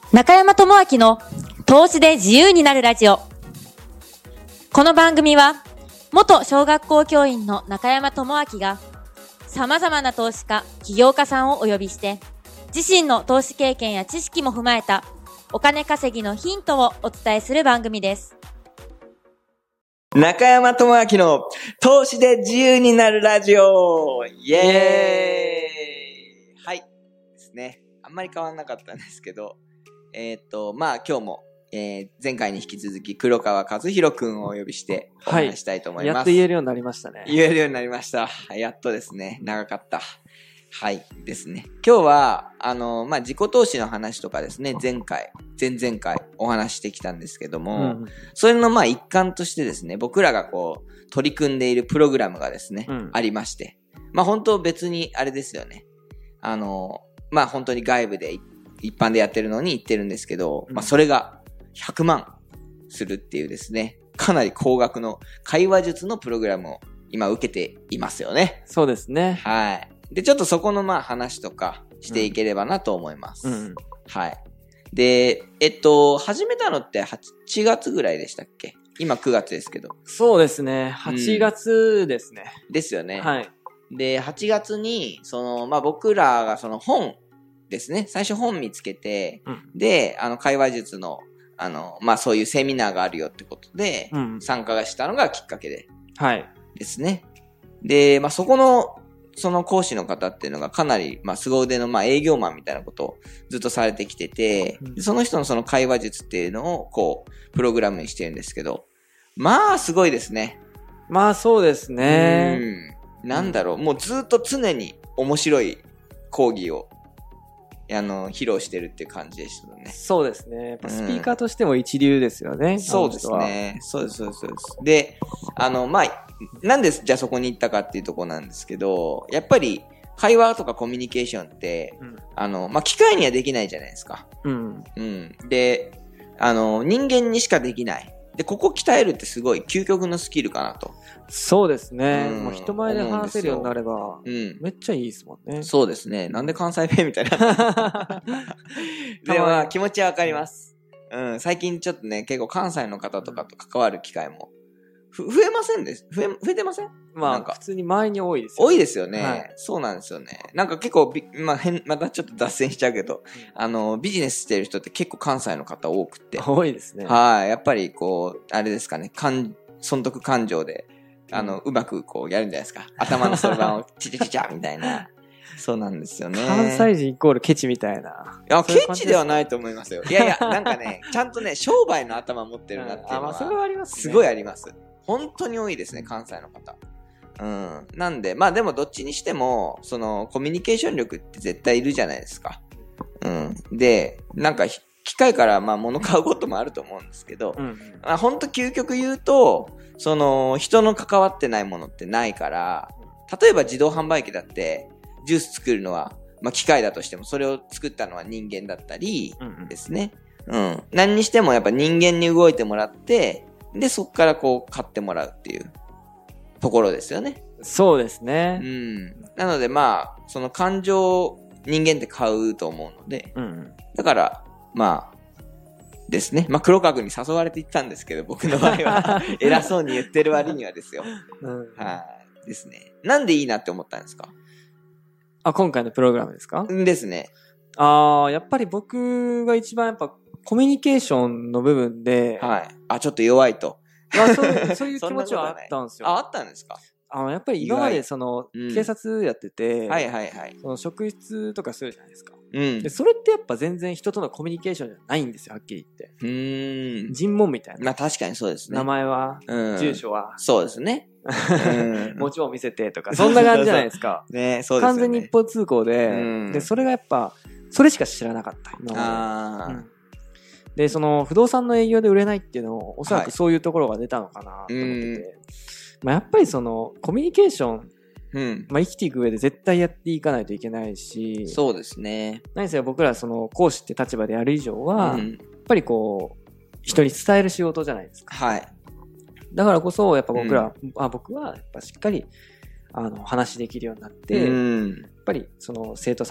中山智明の投資で自由になるラジオ。この番組は元小学校教員の中山智明が様々な投資家、起業家さんをお呼びして自身の投資経験や知識も踏まえたお金稼ぎのヒントをお伝えする番組です。 中山智明の投資で自由になるラジオ、イエーイ。はいですね。あんまり変わんなかったんですけど、今日も、前回に引き続き黒川和弘くんをお呼びしてお話したいと思います。 やっと言えるようになりましたね。 言えるようになりました。やっとですね。長かった。はいですね。今日は、自己投資の話とかですね、前々回お話してきたんですけども、それの一環としてですね、僕らが取り組んでいるプログラムがですね、ありまして、本当別にあれですよね。本当に外部で一般でやってるのに言ってるんですけど、それが100万するっていうですね、かなり高額の会話術のプログラムを今受けていますよね。 そうですね。 はい。で、ちょっとそこの話とかしていければなと思います。はい。で、始めたのって8月ぐらいでしたっけ？今9月ですけど。 そうですね。8月ですね。 ですよね。 はい。 で、8月に、僕らが本ですね。最初本見つけて、で、会話術の、そういうセミナーがあるよってことで、参加したのがきっかけで。 はい。 ですね。で、そこの、その講師の方っていうのがかなり、凄腕の、営業マンみたいなことをずっとされてきてて、その人のその会話術っていうのを、プログラムにしてるんですけど、すごいですね。 そうですね。 なんだろう、もうずっと常に面白い講義を、披露してるっていう感じでしたね。 そうですね。やっぱスピーカーとしても一流ですよね。 そうですね。そうです。で、なんでじゃあそこに行ったかっていうところなんですけど、やっぱり会話とかコミュニケーションって、機械にはできないじゃないですか。で、人間にしかできない。で、ここ鍛えるってすごい究極のスキルかなと。 そうですね。もう人前で話せるようになれば、めっちゃいいですもんね。 そうですね。なんで関西弁みたいな。でも気持ちはわかります。最近ちょっとね、結構関西の方とかと関わる機会も増えませんで増えてません？ 普通に周りに多いですよね。 多いですよね。はい、そうなんですよね。なんか結構またちょっと脱線しちゃうけど、ビジネスしてる人って結構関西の方多くて。 多いですね。 はい。やっぱりあれですかね、損得感情で、うまくやるんじゃないですか。頭のそろばんをチチチチャみたいな。そうなんですよね。 関西人イコールケチみたいな。 いや、ケチではないと思いますよ。いや、なんかね、ちゃんとね、商売の頭持ってるなっていうのは。 それはありますね。 すごいあります。本当に多いですね、関西の方。なんで、でもどっちにしても、コミュニケーション力って絶対いるじゃないですか。で、なんか、機械から物買うこともあると思うんですけど、本当究極言うと、人の関わってないものってないから、例えば自動販売機だって、ジュース作るのは、機械だとしても、それを作ったのは人間だったりですね。何にしてもやっぱ人間に動いてもらって、で、そこから買ってもらうっていうところですよね。 そうですね。 なのでその感情、人間って買うと思うので、だから、ですね。黒川君に誘われて行ったんですけど、僕の場合は、偉そうに言ってる割にはですよ。ですね。なんでいいなって思ったんですか？ 今回のプログラムですか？ ですね。 やっぱり僕が一番コミュニケーションの部分で、 ちょっと弱いと。 そういう気持ちはあったんですよ。 あったんですか？ やっぱり今まで警察やってて、職質とかするじゃないですか。で、それってやっぱ全然人とのコミュニケーションじゃないんですよ、はっきり言って。尋問みたいな。 確かにそうですね。 名前は、住所は。 そうですね。 持ち物見せてとか、そんな感じじゃないですか。 ね、そうですね。 完全に一方通行で、で、それがやっぱ、それしか知らなかった、今まで。で、不動産の営業で売れないっていうのも、おそらくそういうところが出たのかなと思ってて、やっぱりコミュニケーション、生きていく上で絶対やっていかないといけないし、 そうですね。 何せ僕ら講師って立場でやる以上は、やっぱり人に伝える仕事じゃないですか。だからこそ、やっぱ僕はやっぱしっかり、話できるようになって、やっぱり生徒さんとか、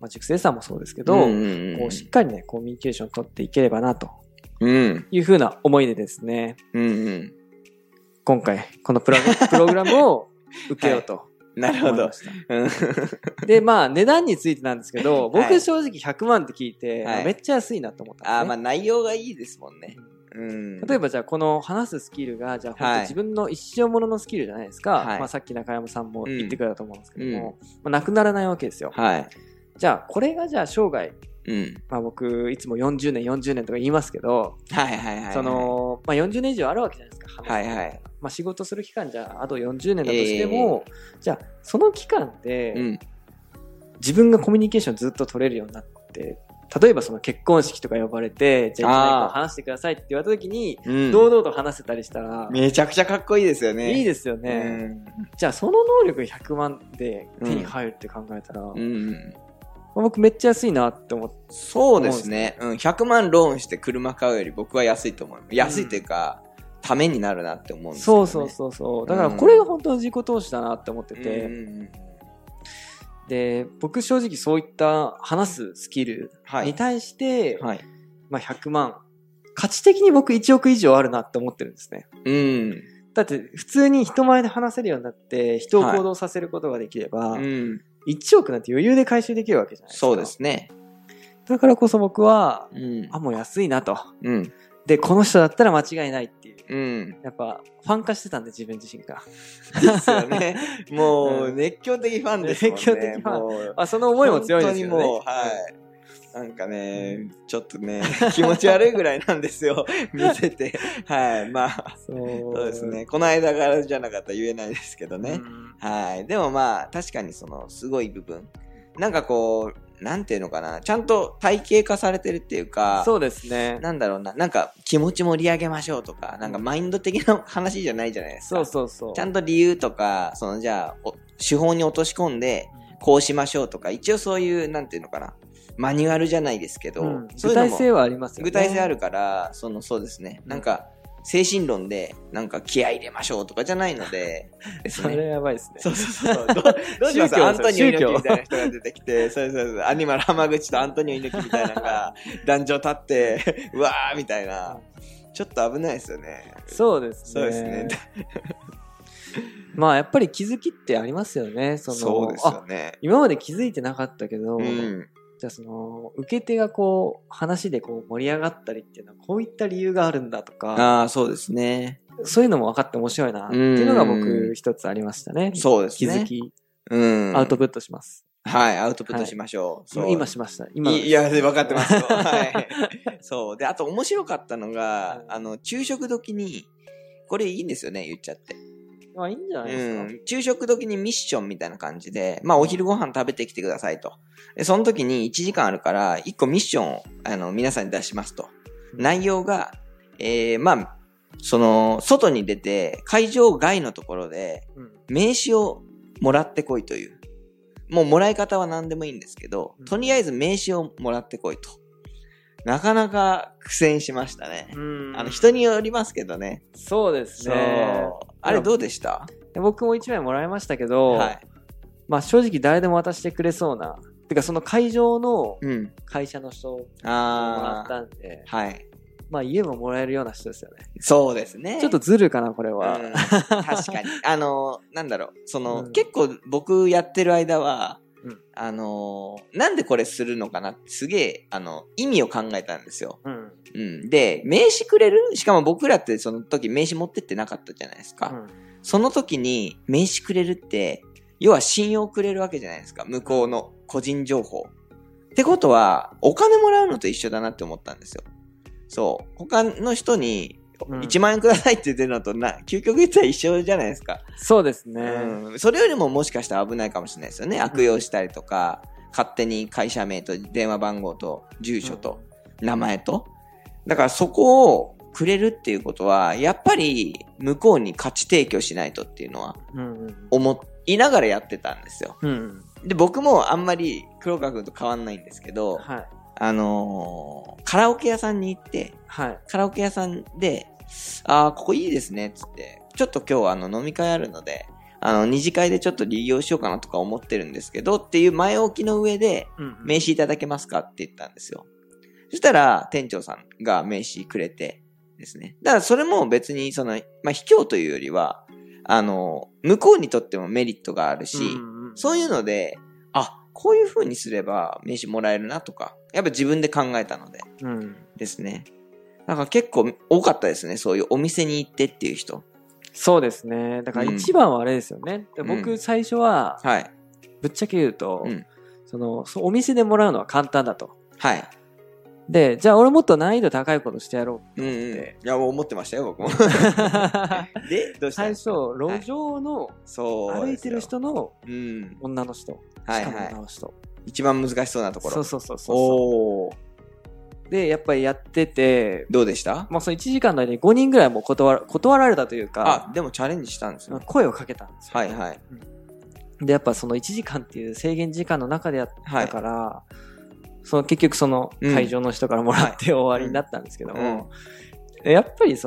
まあ、塾生さんもそうですけど、こうしっかりね、コミュニケーション取っていければな、というふうな思いでですね、今回、このプログラムを受けようと。 なるほど。 で、まあ、値段についてなんですけど、僕正直100万って聞いて、めっちゃ安いなと思ったんですね。 ああ、まあ内容がいいですもんね。 例えばじゃあこの話すスキルがじゃあ本当自分の一生もののスキルじゃないですか、まあ、さっき中山さんも言ってくれたと思うんですけども、まあ、なくならないわけですよ、じゃあこれがじゃあ生涯、まあ、僕いつも40年とか言いますけど、その、まあ、40年以上あるわけじゃないですか、まあ、仕事する期間じゃああと40年だとしても、じゃあその期間で、自分がコミュニケーションずっと取れるようになって、例えばその結婚式とか呼ばれて、じゃあ1年間話してくださいって言われた時に、堂々と話せたりしたら、 めちゃくちゃかっこいいですよね。 いいですよね。じゃあその能力100万で手に入るって考えたら、僕めっちゃ安いなって思って。 そうですね。100万ローンして車買うより僕は安いと思う。安いというか、ためになるなって思うんですよね。 そう。だからこれが本当の自己投資だなって思ってて、で、僕正直そういった話すスキルに対して、まあ100万、価値的に僕1億以上あるなって思ってるんですね。だって普通に人前で話せるようになって人を行動させることができれば、1億なんて余裕で回収できるわけじゃないですか。 そうですね。 だからこそ僕は、もう安いなと。で、この人だったら間違いないっていう。やっぱ、ファン化してたんで、自分自身が。 ですよね。もう、熱狂的ファンですもんね。 熱狂的ファン。その思いも強いですよね。 本当にもう、なんかね、ちょっとね、気持ち悪いぐらいなんですよ。見てて。まあ、そうですね。この間からじゃなかったら言えないですけどね。でもまあ、確かにその、すごい部分。なんかこう、なんていうのかな、ちゃんと体系化されてるっていうか、 そうですね。 なんだろうな、なんか気持ち盛り上げましょうとか、なんかマインド的な話じゃないじゃないですか。ちゃんと理由とか、そのじゃあ、手法に落とし込んで、こうしましょうとか、一応そういう、なんていうのかな、マニュアルじゃないですけど、 具体性はありますよね。 具体性あるから、そうですね。なんか、精神論で、なんか気合い入れましょうとかじゃないので、 それやばいですね。 そう。どうしますアントニオ猪木みたいな人が出てきて、アニマル浜口とアントニオ猪木みたいなのが、壇上立って、うわーみたいな。ちょっと危ないですよね。 そうですね。まあやっぱり気づきってありますよね。 そうですよね。 今まで気づいてなかったけど、じゃあその受け手がこう話でこう盛り上がったりっていうのはこういった理由があるんだとか、 そうですね。 そういうのも分かって面白いなっていうのが僕一つありましたね。 そうですね。 気づき、アウトプットします。 アウトプットしましょう。 今しました。 いや、分かってますよ。そう。で、あと面白かったのが、昼食時に、これいいんですよね、言っちゃって。 いいんじゃないですか。 昼食時にミッションみたいな感じで、まあお昼ご飯食べてきてくださいと。で、その時に1時間あるから、1個ミッションを、皆さんに出しますと。内容が、まあ、外に出て、会場外のところで、名刺をもらってこいという。もうもらい方は何でもいいんですけど、とりあえず名刺をもらってこいと。なかなか苦戦しましたね。人によりますけどね。 そうですね。 あれどうでした？ 僕も1枚もらいましたけど、まあ正直誰でも渡してくれそうな。てかその会場の会社の人をもらったんで、まあ言えばもらえるような人ですよね。 そうですね。 ちょっとずるかな、これは。 確かに。なんだろう、結構僕やってる間は、なんでこれするのかなってすげえ、意味を考えたんですよ。で、名刺くれる？しかも僕らってその時名刺持ってってなかったじゃないですか。その時に名刺くれるって、要は信用くれるわけじゃないですか。向こうの個人情報。ってことは、お金もらうのと一緒だなって思ったんですよ。そう。他の人に、1万円くださいって言ってるのと究極言ったら一緒じゃないですか。 そうですね。 それよりももしかしたら危ないかもしれないですよね。悪用したりとか、勝手に会社名と電話番号と住所と名前と。だからそこをくれるっていうことは、やっぱり向こうに価値提供しないとっていうのは、思いながらやってたんですよ。で、僕もあんまり黒川くんと変わんないんですけど、カラオケ屋さんに行って、カラオケ屋さんで、ここいいですね、つって、ちょっと今日飲み会あるので、 二次会でちょっと利用しようかなとか思ってるんですけど、っていう前置きの上で、名刺いただけますかって言ったんですよ。そしたら、店長さんが名刺くれてですね。だからそれも別に卑怯というよりは、向こうにとってもメリットがあるし、そういうので、こういう風にすれば名刺もらえるなとか、やっぱ自分で考えたので、ですね。なんか結構多かったですね。そういうお店に行ってっていう人。 そうですね。だから一番はあれですよね。僕最初は、ぶっちゃけ言うと、お店でもらうのは簡単だと。 はい。 で、じゃあ俺もっと難易度高いことしてやろうって。 いや、思ってましたよ、僕も。で、どうした最初、路上の、歩いてる人の女の人。しかも女の人。 一番難しそうなところ。 そうで、やっぱりやってて、 どうでした？ その1時間の間に5人ぐらいも断られたというか。 でもチャレンジしたんですよ。 声をかけたんですよ。 はいはい。 で、やっぱその1時間っていう制限時間の中でやったから、結局会場の人からもらって終わりになったんですけども、やっぱり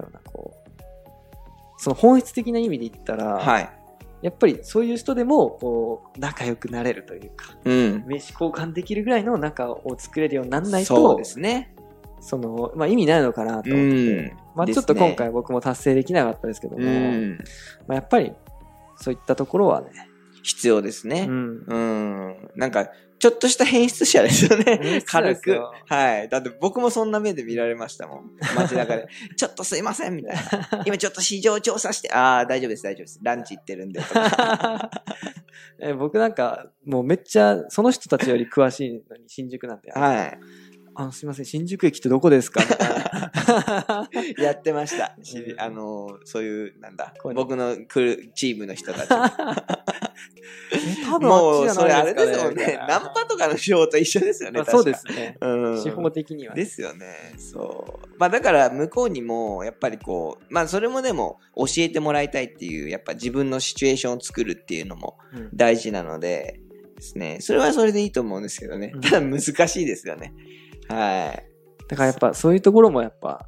本質的な意味で言ったら、やっぱりそういう人でも仲良くなれるというか、名刺交換できるぐらいの仲を作れるようにならないと、 そうですね。 意味ないのかなと思って、ちょっと今回僕も達成できなかったですけども、やっぱりそういったところはね、 必要ですね。なんか、ちょっとした変質者ですよね。軽く。はい。だって僕もそんな目で見られましたもん。街中で。ちょっとすいませんみたいな。今ちょっと市場調査して、大丈夫です、大丈夫です。ランチ行ってるんで。とか僕なんか、もうめっちゃ、その人たちより詳しいのに新宿なんで。 はい。 すいません、新宿駅ってどこですかみたいな。 やってました。そういう、僕の来るチームの人たち。 多分もう、それあれですもんね。ナンパとかの手法と一緒ですよね。 そうですね。手法的には。 ですよね。そう。だから向こうにも、やっぱりそれもでも教えてもらいたいっていう、やっぱ自分のシチュエーションを作るっていうのも大事なのでですね。それはそれでいいと思うんですけどね。ただ難しいですよね。はい。 だからやっぱそういうところもやっぱ、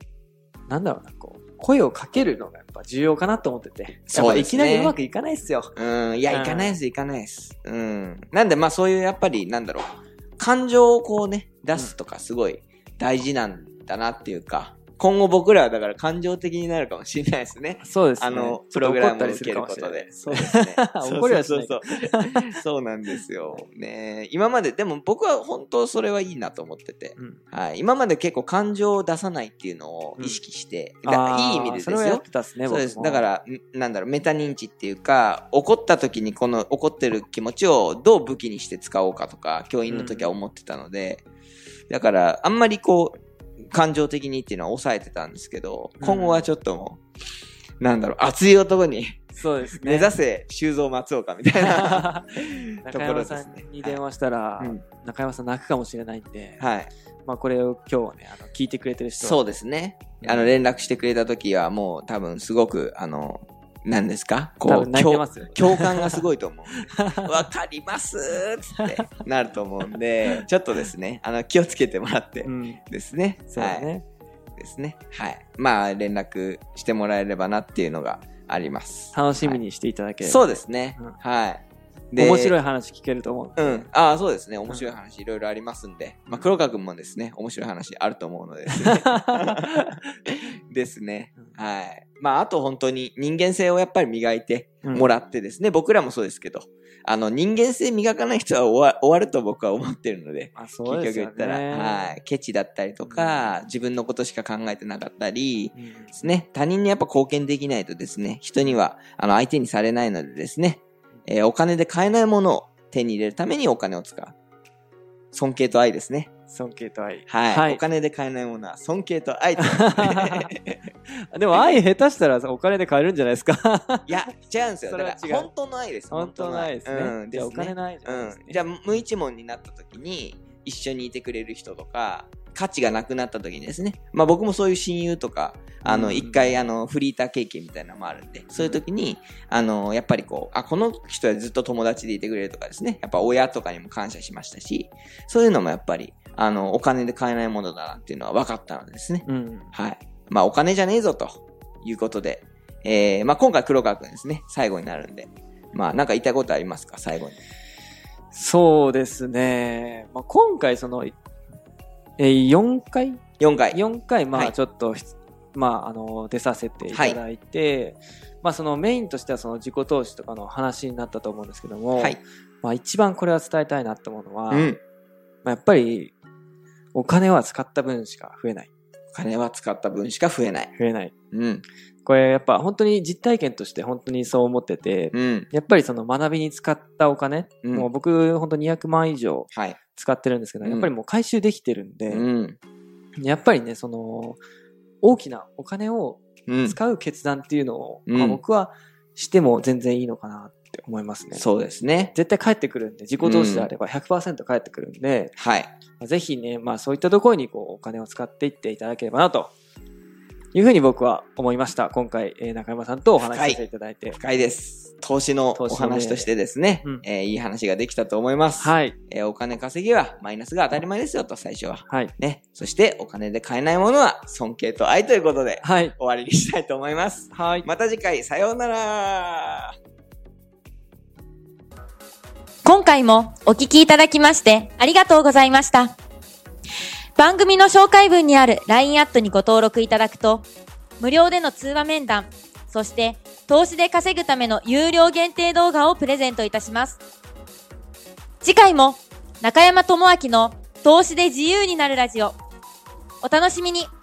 声をかけるのがやっぱ重要かなと思ってて。そうですね。いきなりうまくいかないっすよ。 いや、いかないです。なんでそういうやっぱり感情を出すとかすごい大事なんだなっていうか、今後僕らはだから感情的になるかもしれないですね。 そうですね。 プログラムを受けることで。そうですね。 怒りはしない。 そうなんですよ。ね、今まで、でも僕は本当それはいいなと思ってて。はい。今まで結構感情を出さないっていうのを意識して、いい意味でですよ。 それをやってたっすね、 そうです。だから、メタ認知っていうか、怒った時に怒ってる気持ちをどう武器にして使おうかとか、教員の時は思ってたので、だから、あんまり感情的にっていうのは抑えてたんですけど、今後はちょっともう、熱い男に、 そうですね。 目指せ修造松岡みたいなところですね。 中山さんに電話したら、中山さん泣くかもしれないんで、 はい。 これを今日ね、聞いてくれてる人は。 そうですね。連絡してくれた時はもう多分すごく、何ですか泣いてますよ。 共感がすごいと思う。わかりますーってなると思うんで、ちょっとですね、気をつけてもらってですね。 そうですね。 ですね。はい。連絡してもらえればなっていうのがあります。 楽しみにしていただければ。 そうですね。はい。 面白い話聞けると思う。 そうですね。面白い話いろいろありますんで。黒川くんもですね、面白い話あると思うのでですね。ですね。はい。あと本当に人間性をやっぱり磨いてもらってですね、僕らもそうですけど、人間性磨かない人は終わると僕は思ってるので、 結局言ったら、はい。ケチだったりとか、自分のことしか考えてなかったり、ですね、他人にやっぱ貢献できないとですね、人には、相手にされないのでですね、お金で買えないものを手に入れるためにお金を使う。尊敬と愛ですね。 尊敬と愛。 はい。お金で買えないものは尊敬と愛と。 でも愛下手したらお金で買えるんじゃないですか。 いや、違うんですよ。だから本当の愛です。 本当の愛ですね。じゃあお金の愛じゃないですね。 じゃあ無一文になった時に一緒にいてくれる人とか、価値がなくなった時にですね。僕もそういう親友とか、一回フリーター経験みたいなのもあるんで、そういう時に、やっぱりこの人はずっと友達でいてくれるとかですね。やっぱ親とかにも感謝しましたし、そういうのもやっぱり、お金で買えないものだなっていうのは分かったのでですね。はい。お金じゃねえぞということで、 まあ、今回黒川くんですね、最後になるんで。まあ、なんか言いたいことありますか、最後に。 そうですね。まあ、今回4回、まあ、ちょっと、はい、まあ、出させていただいて、はい、まあ、そのメインとしてはその自己投資とかの話になったと思うんですけども、はい、まあ、一番これは伝えたいなと思うのは、まあ、やっぱり、お金は使った分しか増えない。 お金は使った分しか増えない。 増えない。これやっぱ本当に実体験として本当にそう思ってて、やっぱりその学びに使ったお金、もう僕本当200万以上使ってるんですけど、やっぱりもう回収できてるんで、やっぱりね、その大きなお金を使う決断っていうのを、まあ、僕はしても全然いいのかなって思いますね。 そうですね。 絶対返ってくるんで、自己投資であれば 100% 返ってくるんで、はい。ぜひね、まあそういったところにこうお金を使っていっていただければなというふうに僕は思いました。今回、中山さんとお話しさせていただいて。 深いです。投資のお話としてですね、いい話ができたと思います。はい。お金稼ぎはマイナスが当たり前ですよと、最初は。はい。ね。そしてお金で買えないものは尊敬と愛ということで、はい。終わりにしたいと思います。はい。また次回、さようなら。 今回もお聞きいただきましてありがとうございました。番組の紹介文にある LINE アットにご登録いただくと、無料での通話面談、そして投資で稼ぐための有料限定動画をプレゼントいたします。次回も中山智明の投資で自由になるラジオ、お楽しみに。